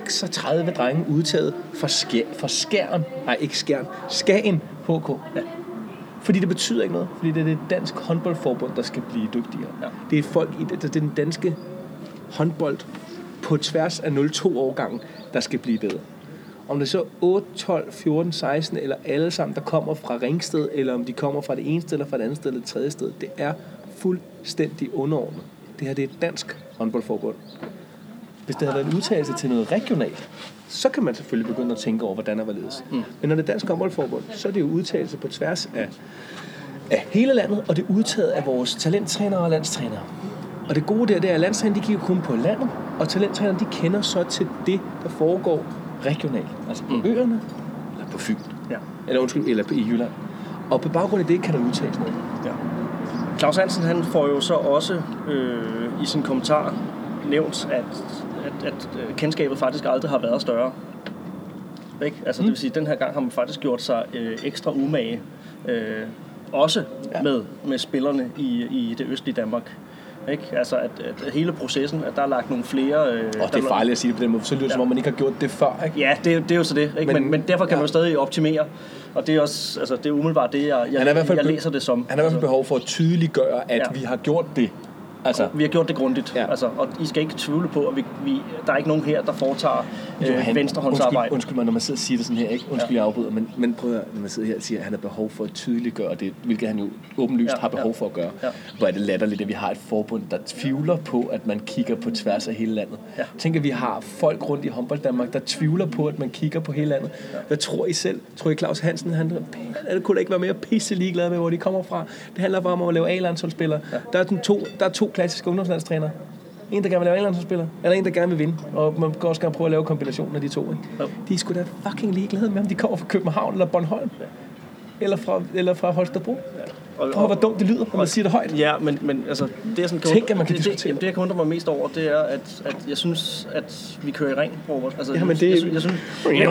36 drenge udtaget for Skjern, nej ikke Skjern, Skagen HK. Ja. Fordi det betyder ikke noget, fordi det er det Dansk Håndboldforbund, der skal blive dygtigere. Ja. Det er folk i det er den danske håndbold på tværs af 0-2-årgangen, der skal blive bedre. Om det er så 8, 12, 14, 16 eller alle sammen, der kommer fra Ringsted, eller om de kommer fra det ene sted, eller fra det andet sted, eller det tredje sted, det er fuldstændig underordnet. Det her det er et dansk håndboldforbund. Hvis det havde været en udtalelse til noget regionalt, så kan man selvfølgelig begynde at tænke over, hvordan der var ledes. Men når det er dansk håndboldforbund, så er det jo udtalelse på tværs af hele landet, og det er udtaget af vores talenttrænere og landstrænere. Og det gode det er, at landstrænerne de kigger kun på landet, og talenttrænerne de kender så til det, der foregår regionalt. Altså på øerne, eller på Fyn. Ja. Eller i Jylland. Og på baggrund af det kan der udtales noget. Ja. Claus Hansen han får jo så også i sin kommentar nævnt, at kendskabet faktisk aldrig har været større. Ikke? Altså, det vil sige, at den her gang har man faktisk gjort sig ekstra umage. Også med spillerne i det østlige Danmark. Ikke? Altså, at hele processen, at der er lagt nogle flere... det er farligt at sige det på den måde, så lyder det som om, man ikke har gjort det før, ikke? Ja, det er jo så det, ikke? Men derfor kan man jo stadig optimere, og det er også, altså, det er umiddelbart det, jeg læser det som. Han har i hvert fald behov for at tydeliggøre, at vi har gjort det. Altså, vi har gjort det grundigt, altså, og I skal ikke tvivle på, at der er ikke nogen her, der foretager venstrehåndsarbejde. Undskyld mig, når man sidder og siger det sådan her, ikke? Undskyld, jeg afbryder, men prøv at, når man sidder her og siger, at han har behov for at tydeliggøre det, hvilket han jo åbenlyst har behov for at gøre. Ja. Hvor er det latterligt, at vi har et forbund, der tvivler på, at man kigger på tværs af hele landet. Ja. Tænk, at vi har folk rundt i håndbold Danmark, der tvivler på, at man kigger på hele landet. Ja. Hvad tror I selv? Tror I Claus Hansen, han kunne da ikke være mere pisse ligeglad med, hvor de kommer fra? Det handler bare om at lave A-landsholdsspillere. Ja. Der er to klassiske ungdomslandstrænere. En, der gerne vil lave A-landsholdsspiller, eller en, der gerne vil vinde. Og man kan også gerne prøve at lave kombinationen af de to. Ikke? Ja. De er sgu da fucking ligeglade med, om de kommer fra København eller Bornholm. Ja. Eller fra Holstebro. Ja. Prøv hvor dumt det lyder, når man siger det højt. Ja, men altså, det er sådan... Tænk, at man kan diskutere. Det, jeg kan undre mig mest over, det er, at jeg synes, at vi kører i ring, Robert. Altså, ja, men det... Jeg synes...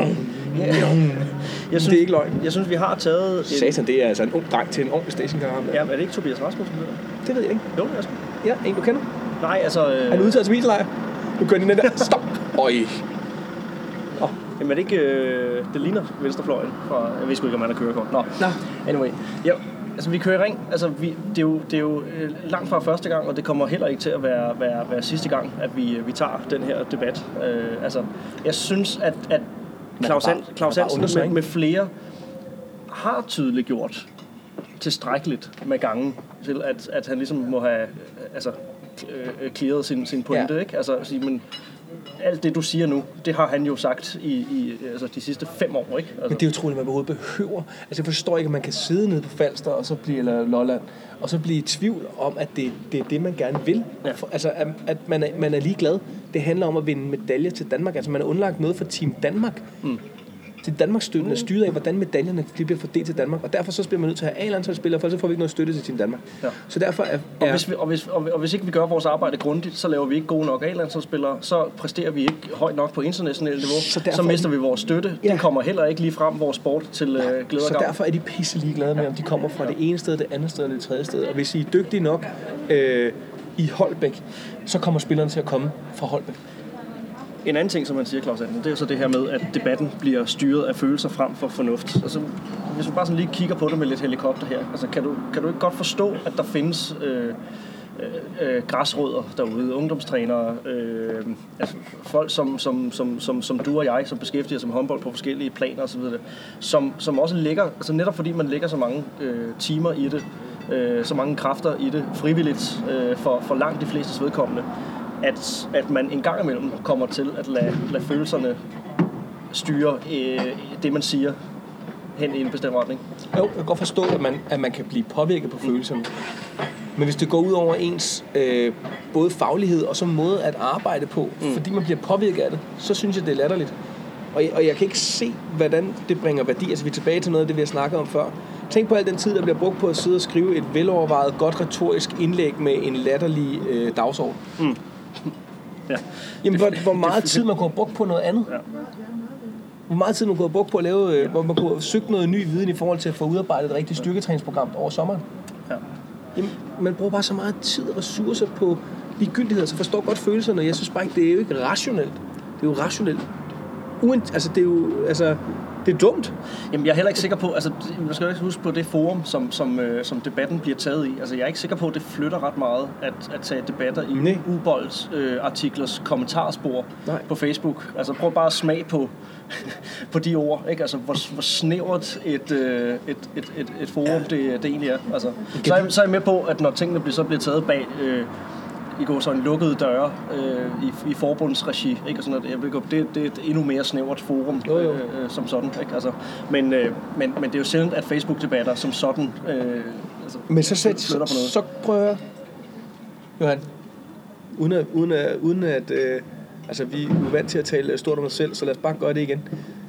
Det er ikke løgn. Jeg synes, vi har taget... Satan, det er altså en ung dreng til en ung stationkammerat. Ja, men er det ikke Tobias Rasmussen? Det ved jeg ikke. Jo, jeg skal. Ja, en du kender? Nej, altså... Han er udtaget til medielejr. Nu kører den der. Stop! Øj. Jamen er det ikke... det ligner venstrefløjen fra... Jeg ved sgu ikke, om man har kørekort. Nå. Anyway. Ja, altså vi kører i ring. Altså det er jo langt fra første gang, og det kommer heller ikke til at være sidste gang, at vi tager den her debat. Altså, jeg synes, at Claus Hansen med flere har tydeligt gjort tilstrækkeligt med gangen til, at han ligesom må have clearet sin pointe, ikke? Altså sige, men alt det, du siger nu, det har han jo sagt i de sidste 5 år, ikke? Altså. Men det er utroligt, man overhovedet behøver. Altså, jeg forstår ikke, at man kan sidde nede på Falster, og så blive, eller Lolland, og så blive i tvivl om, at det er det, man gerne vil. Ja. Altså, at man er ligeglad. Det handler om at vinde medaljer til Danmark. Altså, man er underlagt noget for Team Danmark. Til Danmarks støtten er styret af, hvordan medaljerne bliver fordelt til Danmark. Og derfor så bliver man nødt til at have A-landsholdsspillere, for så får vi ikke noget støtte til Team Danmark. Ja. Så derfor Og hvis ikke vi gør vores arbejde grundigt, så laver vi ikke gode nok A-landsholdsspillere, så præsterer vi ikke højt nok på internationalt niveau, så mister vi vores støtte. Ja. Den kommer heller ikke lige frem vores sport til glæde og gavn. Så derfor er de pisse ligeglade med, om de kommer fra det ene sted, det andet sted eller det tredje sted. Og hvis I er dygtige nok i Holbæk, så kommer spillerne til at komme fra Holbæk. En anden ting, som man siger, Claus Hansen, det er jo så det her med, at debatten bliver styret af følelser frem for fornuft. Altså, hvis man bare sådan lige kigger på det med lidt helikopter her, altså, kan du ikke godt forstå, at der findes græsrødder derude, ungdomstrænere, altså folk som du og jeg, som beskæftiger sig med håndbold på forskellige planer osv., som også ligger, altså netop fordi man lægger så mange timer i det, så mange kræfter i det frivilligt for langt de flestes vedkommende, at man en gang imellem kommer til at lade følelserne styre det, man siger, hen i en bestemt retning. Jo, jeg kan godt forstå, at man kan blive påvirket på følelserne. Men hvis det går ud over ens både faglighed og så måde at arbejde på, fordi man bliver påvirket af det, så synes jeg, det er latterligt. Og jeg kan ikke se, hvordan det bringer værdi. Altså vi er tilbage til noget af det, vi har snakket om før. Tænk på al den tid, der bliver brugt på at sidde og skrive et velovervejet, godt retorisk indlæg med en latterlig dagsorden. Ja. Jamen, hvor meget tid man kunne have brugt på noget andet. Ja. Hvor meget tid man kunne have brugt på at lave, hvor man kunne have søgt noget ny viden i forhold til at få udarbejdet et rigtigt styrketræningsprogram over sommeren. Ja. Jamen, man bruger bare så meget tid og ressourcer på ligegyldigheder, så forstår godt følelserne. Jeg synes bare ikke, det er jo ikke rationelt. Det er jo rationelt. Det er jo, det er dumt. Jamen, jeg er heller ikke sikker på, altså, man skal jo ikke huske på det forum, som debatten bliver taget i. Altså, jeg er ikke sikker på, at det flytter ret meget at tage debatter i Ubolds artiklers kommentarspor på Facebook. Altså, prøv bare at smage på de ord, ikke? Altså, hvor snævert et forum det egentlig er. Altså, så er jeg med på, at når tingene bliver taget bag i går så en lukkede døre i forbundsregi, ikke? Og sådan noget. Jeg ved godt, det er et endnu mere snævert forum som sådan, ikke? Altså, men det er jo sjældent, at Facebook-debatter som sådan men så prøver jeg, Johan, uden at altså vi er jo vant til at tale stort om os selv, så lad os bare gøre det igen.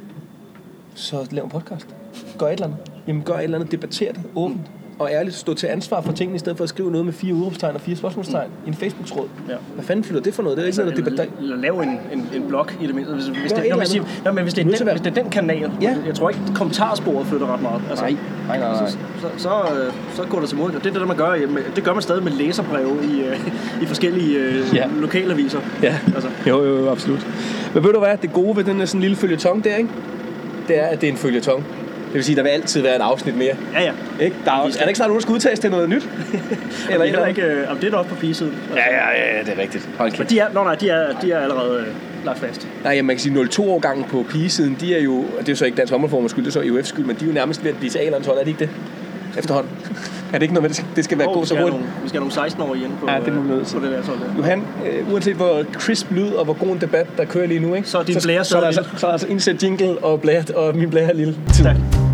Så lav en podcast. Gør et eller andet. Jamen gør et eller andet, debatter det åbent og ærligt, stå til ansvar for tingene, i stedet for at skrive noget med 4 udråbstegn og 4 spørgsmålstegn i en Facebook-tråd. Ja. Hvad fanden fylder det for noget? Det er ikke noget, der debatterer. Eller lave en blog i det mindste. Hvis det er den kanal, jeg tror ikke, kommentarsporet flytter ret meget. Altså, nej. Så går det til mod. Det er det, der man gør. Det gør man stadig med læserbreve i forskellige lokalaviser. Ja, altså. Jo, absolut. Men ved du hvad, det gode ved den sådan lille føljeton der, ikke? Det er, at det er en føljeton. Det vil sige, der vil altid være et afsnit mere. Ja. Ikke? Er der ikke snart nogen, der skal udtages til noget nyt? Eller det er ikke, det er da også på pigesiden. Altså. Ja, det er rigtigt. Men de er allerede lagt fast. Nej, man kan sige 02-årgangen på pigesiden, de er jo, det er jo så ikke Dansk Håndboldforbunds skyld, det er så EUF's skyld, men de er jo nærmest ved at blive til A-landshold, er det ikke det? Efterhånden. Er det ikke noget med, det skal være god så hurtigt? Vi skal have nogle 16-årige igen på, det må vi på det der sådan. Johan, uanset hvor crisp lyd og hvor god en debat, der kører lige nu, ikke? Så er din blære så er der altså indsæt jingle og min blære lille. Tak.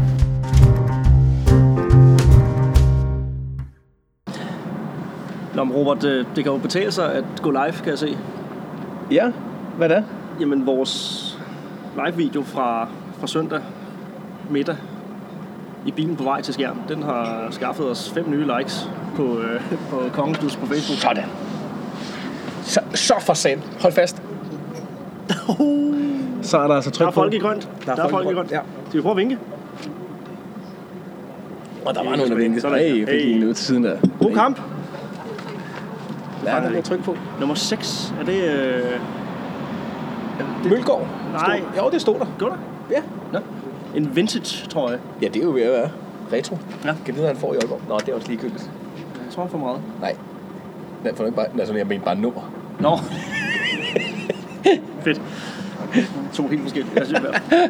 Nå, men Robert, det kan jo betale sig at gå live, kan jeg se. Ja, hvad da? Jamen, vores live-video fra søndag middag i bilen på vej til Skjern, den har skaffet os 5 nye likes på Kongens på Facebook. Sådan. Så for sent. Hold fast. Så er der altså tryk på. Der er folk i grønt. Der er folk i grønt. Ja. Skal vi prøve at vinke? Og der var nogen, der vinkede. Jeg fik en ud til siden der. God kamp. Ja, der er tryk på. Nummer 6. Er det... Mølgaard. Nej. Jo, det stod der. Går der? Ja. Nå. En vintage, tror jeg. Ja, det er jo ved at være retro. Ja. Kan vide, hvad han får i Aalborg? Nå, det er også ligegyldigt. Jeg tror for meget. Nej. Den får du ikke bare... Altså, jeg mener bare nummer. Nå. Fedt. To helt forskellige. Jeg synes,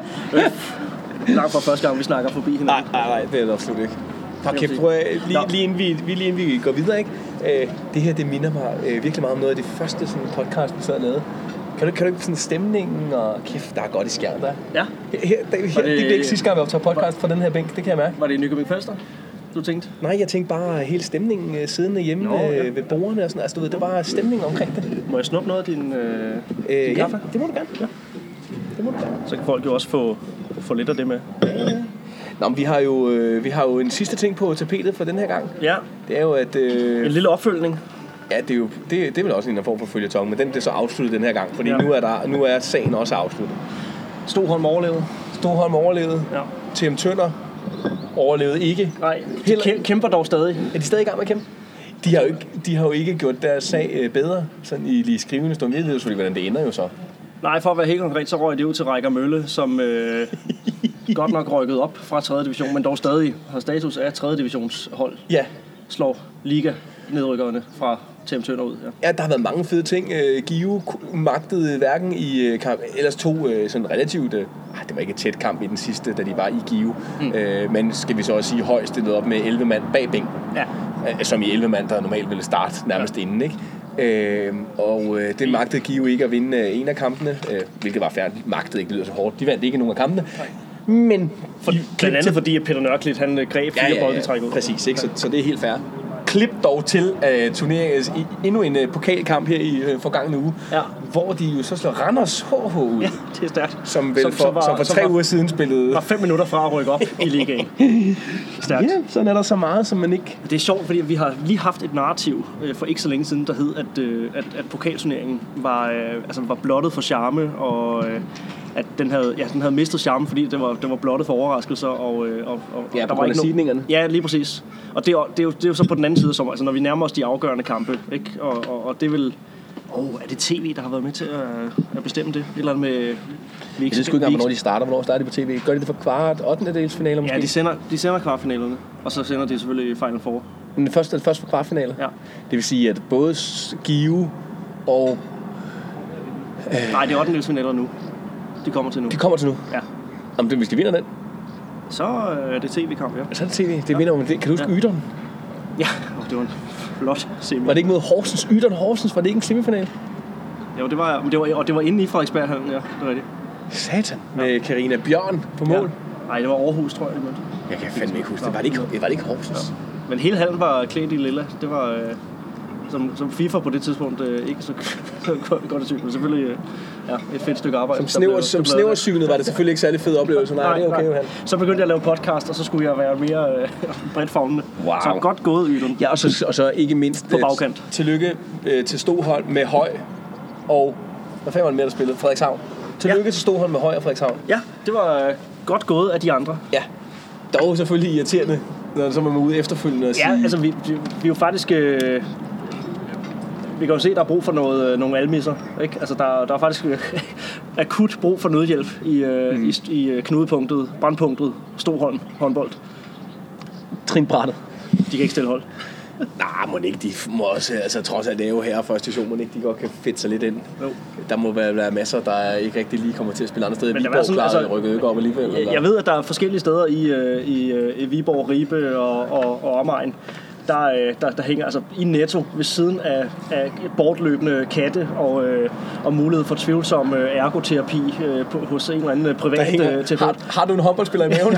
langt fra første gang, vi snakker forbi hinanden. Nej, det er det absolut ikke. Kæft, prøv at, lige inden vi går videre, ikke? Det her, det minder mig virkelig meget om noget af det første sådan, podcast, vi sad og lavede. Kan du ikke sådan stemningen, og kæft, der er godt i skærm der. Ja. Det bliver ikke sidste gang, vi optager podcast fra den her bænk, det kan jeg mærke. Var det i Nykøbing Falster, du tænkte? Nej, jeg tænkte bare hele stemningen siddende hjemme ved bordene og sådan. Altså, du ved, det var stemningen omkring det. Må jeg snuppe noget af din kaffe? Det må du gerne. Ja. Det må du gerne. Så kan folk jo også få lidt af det med. Nå, men vi har jo en sidste ting på tapetet for den her gang. Ja. Det er jo, at... En lille opfølgning. Ja, det er vel også en form for føljetong, men den bliver så afsluttet den her gang, fordi nu er sagen også afsluttet. Stoholm overlevede. Ja. TM Tønder overlevede ikke. Nej, de kæmper dog stadig. Er de stadig i gang med at kæmpe? De har jo ikke gjort deres sag bedre, sådan i lige skrivende stund. Jeg ved jo selvfølgelig, hvordan det ender jo så. Nej, for at være helt konkret, så røg det ud til Rækker Mølle, som godt nok rykket op fra 3. division, men dog stadig har status af 3. divisionshold. Ja. Slår liga-nedrykkerne fra TM Tønder ud. Ja, der har været mange fede ting. Give magtede hverken i kamp, ellers to sådan relativt... det var ikke et tæt kamp i den sidste, da de var i Give. Men skal vi så også sige højst stillet op med 11 mand bag bænk. Ja. Som i 11 mand, der normalt ville starte nærmest inden, ikke? Det magtede Give ikke at vinde en af kampene, hvilket var færdigt. Magtede ikke lyder så hårdt. De vandt ikke nogen af kampene. Nej. Men blandt andet fordi Peter Nørklit, han greb 4 bolde i træk ud. Præcis, ikke? Så det er helt fair. Klip dog til turneringens endnu en pokalkamp her i forgangne uge, hvor de jo så slår Randers HH ud. Ja, det er stærkt. Som for 3 uger siden spillede... Var 5 minutter fra at rykke op i ligaen. Stærkt. Ja, sådan er der så meget, som man ikke... Det er sjovt, fordi vi har lige haft et narrativ for ikke så længe siden, der hed, at pokalturneringen var blottet for charme, og at den havde mistet charme, fordi det var blottet for overraskelser, og der var ikke sidningerne. Ja, lige præcis. Og det er jo så på den anden side, som, altså, når vi nærmer os de afgørende kampe, ikke? Og det vil... er det TV, der har været med til at bestemme det? Eller med... Jeg ved sgu ikke, hvornår de starter. Hvornår starter de på TV? Gør de det for kvart, 8. dels finaler måske? Ja, de sender kvartfinalerne, og så sender de selvfølgelig Final Four. Men først for kvartfinaler? Ja. Det vil sige, at både Give og... Nej, det er 8. dels finaler nu. De kommer til nu. Ja. Jamen, hvis de vinder den? Så er det tv-kamp, ja. Så er det tv. Det vinder om det. Kan du huske Yderen? Ja, det var en flot semi. Var det ikke mod Horsens? Yderen Horsens, var det ikke en semifinal? Jo, det var inde i Frederiksberghallen, ja. Det er rigtigt. Satan. Med Karina Bjørn på mål. Nej, det var Aarhus, tror jeg. Jeg kan fandme ikke huske det. Var det ikke Horsens? Ja. Men hele hallen var klædt i lilla. Det var... Som FIFA på det tidspunkt ikke så godt at men selvfølgelig et fedt stykke arbejde. Som snæversynet var det selvfølgelig ikke særlig fed oplevelse. Nej, det er okay, Johan. Så begyndte jeg at lave podcast, og så skulle jeg være mere bredt favnende. Wow. Så godt gået, Ydun. Ja, og så ikke mindst på bagkant. Tillykke til Stoholm med Høj og... Hvad fanden var det mere, der spillede? Frederikshavn. Tillykke til Stoholm med Høj og Frederikshavn. Ja, det var godt gået af de andre. Ja, dog selvfølgelig irriterende, når så man er ude efterfølgende og sige... Ja, altså vi er jo faktisk... Vi kan jo se, at der er brug for nogle almisser, ikke? Altså, der er faktisk akut brug for nødhjælp i knudepunktet, brandpunktet, Stoholm håndbold. Trinbrættet. De kan ikke stille hold. Nej, må ikke. De må også, altså trods alt lave her for station, må ikke de godt kan fedte sig lidt ind. Jo. Der må være masser, der ikke rigtig lige kommer til at spille andre steder. Viborg klarer rykket ikke op alligevel. Eller? Jeg ved, at der er forskellige steder i Viborg, Ribe og omegn. Der hænger altså i Netto ved siden af bortløbende katte og mulighed for tvivlsom ergoterapi hos en eller anden privat terapeut. Har du en håndboldspiller i maven?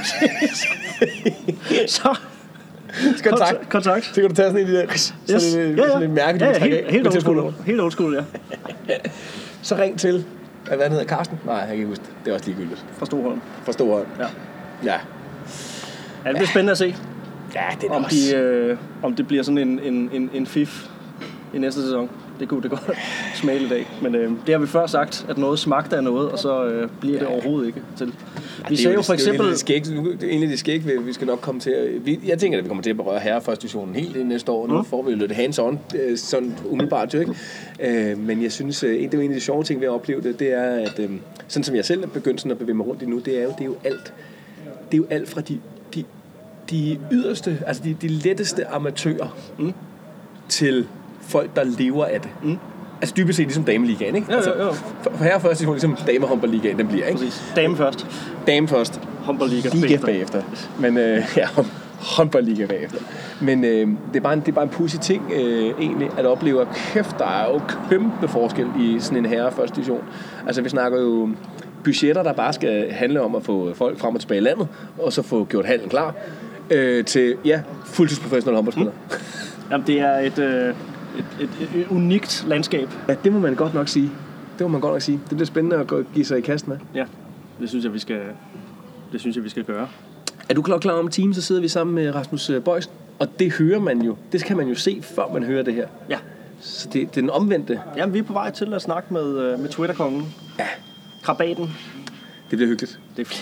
Så kontakt. Så kan du tage sådan en der. Sådan en mærke, du kan trække af. Helt old school, ja. Så ring til, hvad hedder Carsten? Nej, jeg kan ikke huske det. Det er også ligegyldigt. Fra Stoholm. Ja. Ja, det bliver spændende at se. Ja, det er om det bliver sådan en fif i næste sæson. Det kunne det godt smage lidt af. Men det har vi før sagt, at noget smagte af noget, og så bliver det overhovedet ikke til. Vi sagde jo for eksempel... Det er egentlig det skæg, vi skal nok komme til at... Jeg tænker, at vi kommer til at berøre herreførstdivisionen helt i næste år. Nu får vi jo lidt hands-on, sådan umiddelbart jo ikke. Men jeg synes, det er jo en af de sjove ting ved at opleve det er, at sådan som jeg selv er begyndt sådan at bevæge mig rundt i nu, det er jo alt. Det er jo alt fra de yderste, altså de letteste amatører til folk, der lever af det. Altså dybest set ligesom dameligaen, ikke? Jo. For herreførst, ligesom damehåndboldligaen, den bliver, ikke? Præcis. Dame først. Håndboldliga bagefter. Men håndboldliga bagefter. Men det er bare en pudsig ting egentlig at opleve, at kæft, der er jo kæmpe forskel i sådan en herreførst division. Altså vi snakker jo budgetter, der bare skal handle om at få folk frem og tilbage i landet, og så få gjort handlen klar til fuldtidsprofessionelle håndboldspillere. Jamen det er et unikt landskab. Ja, det må man godt nok sige. Det bliver spændende at give sig i kast med. Ja, det synes jeg, vi skal gøre. Er du klar om team, så sidder vi sammen med Rasmus Boysen, og det hører man jo. Det kan man jo se, før man hører det her. Ja. Så det er den omvendte. Jamen, vi er på vej til at snakke med Twitter-kongen. Ja. Krabaten. Det bliver hyggeligt.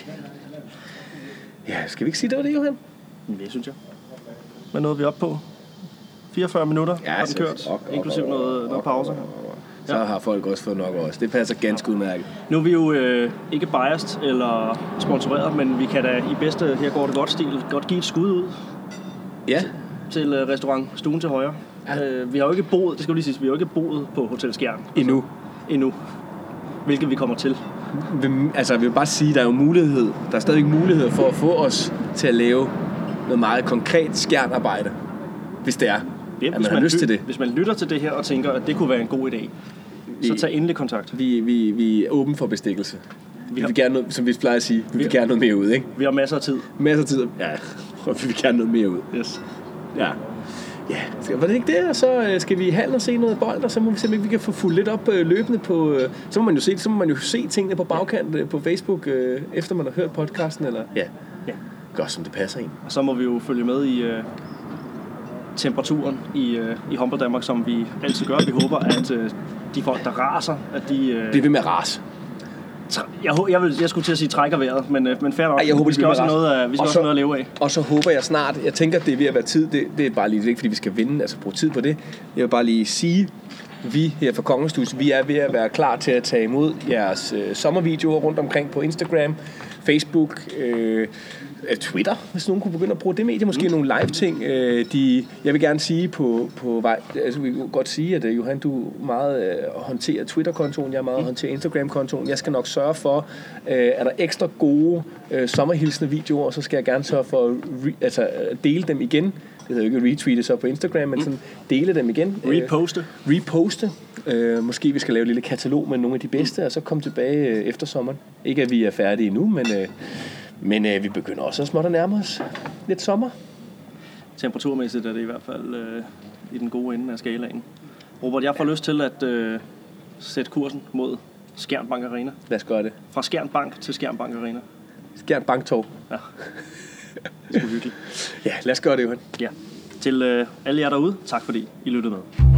Ja, skal vi ikke sige, det var det, Johan? Det synes jeg. Hvad nåede vi op på? 44 minutter har den kørt, inklusiv noget pause. Så har folk også fået nok også. Det passer ganske udmærket. Nu er vi jo ikke biased eller sponsoreret, men vi kan da i bedste her går det godt stil godt give et skud ud. Ja. Til restaurant Stuen til højre. Ja. Vi har jo ikke boet, det skal jo lige sige, vi har jo ikke boet på Hotel Skjern. Endnu. Hvilket vi kommer til. Altså, jeg vil bare sige, der er jo mulighed. Der er stadig mulighed for at få os til at lave noget meget konkret skjernarbejde. Hvis det er. Ja, hvis man har lyst til det. Hvis man lytter til det her og tænker, at det kunne være en god idé, så tag endelig kontakt. Vi er åben for bestikkelse. Vi vil gerne noget, som vi plejer at sige, vi vil gerne noget mere ud, ikke? Vi har masser af tid. Ja, og vi vil gerne noget mere ud. Yes. Ja. Ja, var det ikke det? Og så skal vi handle og se noget bold, og så må vi se, om vi kan få fuldt lidt op løbende på... Så må man jo se tingene på bagkant på Facebook, efter man har hørt podcasten, eller... Ja. Godt, som det passer ind. Og så må vi jo følge med i... temperaturen i Håndbold Danmark, som vi altid gør. Vi håber, at de folk, der raser, at de... Det vil med at rase. Jeg skulle til at sige trækker vejret, men fair nok. Jeg håber, vi skal også have noget at leve af. Og så håber jeg snart, jeg tænker, at det er ved at være tid, det er bare lige ikke, fordi vi skal vinde, altså bruge tid på det. Jeg vil bare lige sige, vi her fra Kongenstuds, vi er ved at være klar til at tage imod jeres sommervideoer rundt omkring på Instagram, Facebook, Twitter, hvis nogen kunne begynde at bruge det medie, måske nogle live-ting. Jeg vil gerne sige på vej, altså vi kan godt sige, at Johan, du meget håndterer Twitter-kontoen, jeg meget håndterer Instagram-kontoen. Jeg skal nok sørge for, er der ekstra gode sommerhilsende videoer, så skal jeg gerne sørge for at dele dem igen. Det hedder jo ikke retweete så på Instagram, men sådan dele dem igen. Reposte. Måske vi skal lave et lille katalog med nogle af de bedste, og så komme tilbage efter sommeren. Ikke at vi er færdige endnu, men vi begynder også at småt at nærme os lidt sommer. Temperaturmæssigt er det i hvert fald i den gode ende af skalaen. Robert, jeg får lyst til at sætte kursen mod Skjern Bank Arena. Lad os gøre det. Fra Skjern Bank til Skjern Bank Arena. Skjern Bank-tog. Ja, det er sgu hyggeligt. Ja, lad os gøre det, Johan. Ja. Til alle jer derude, tak fordi I lyttede med.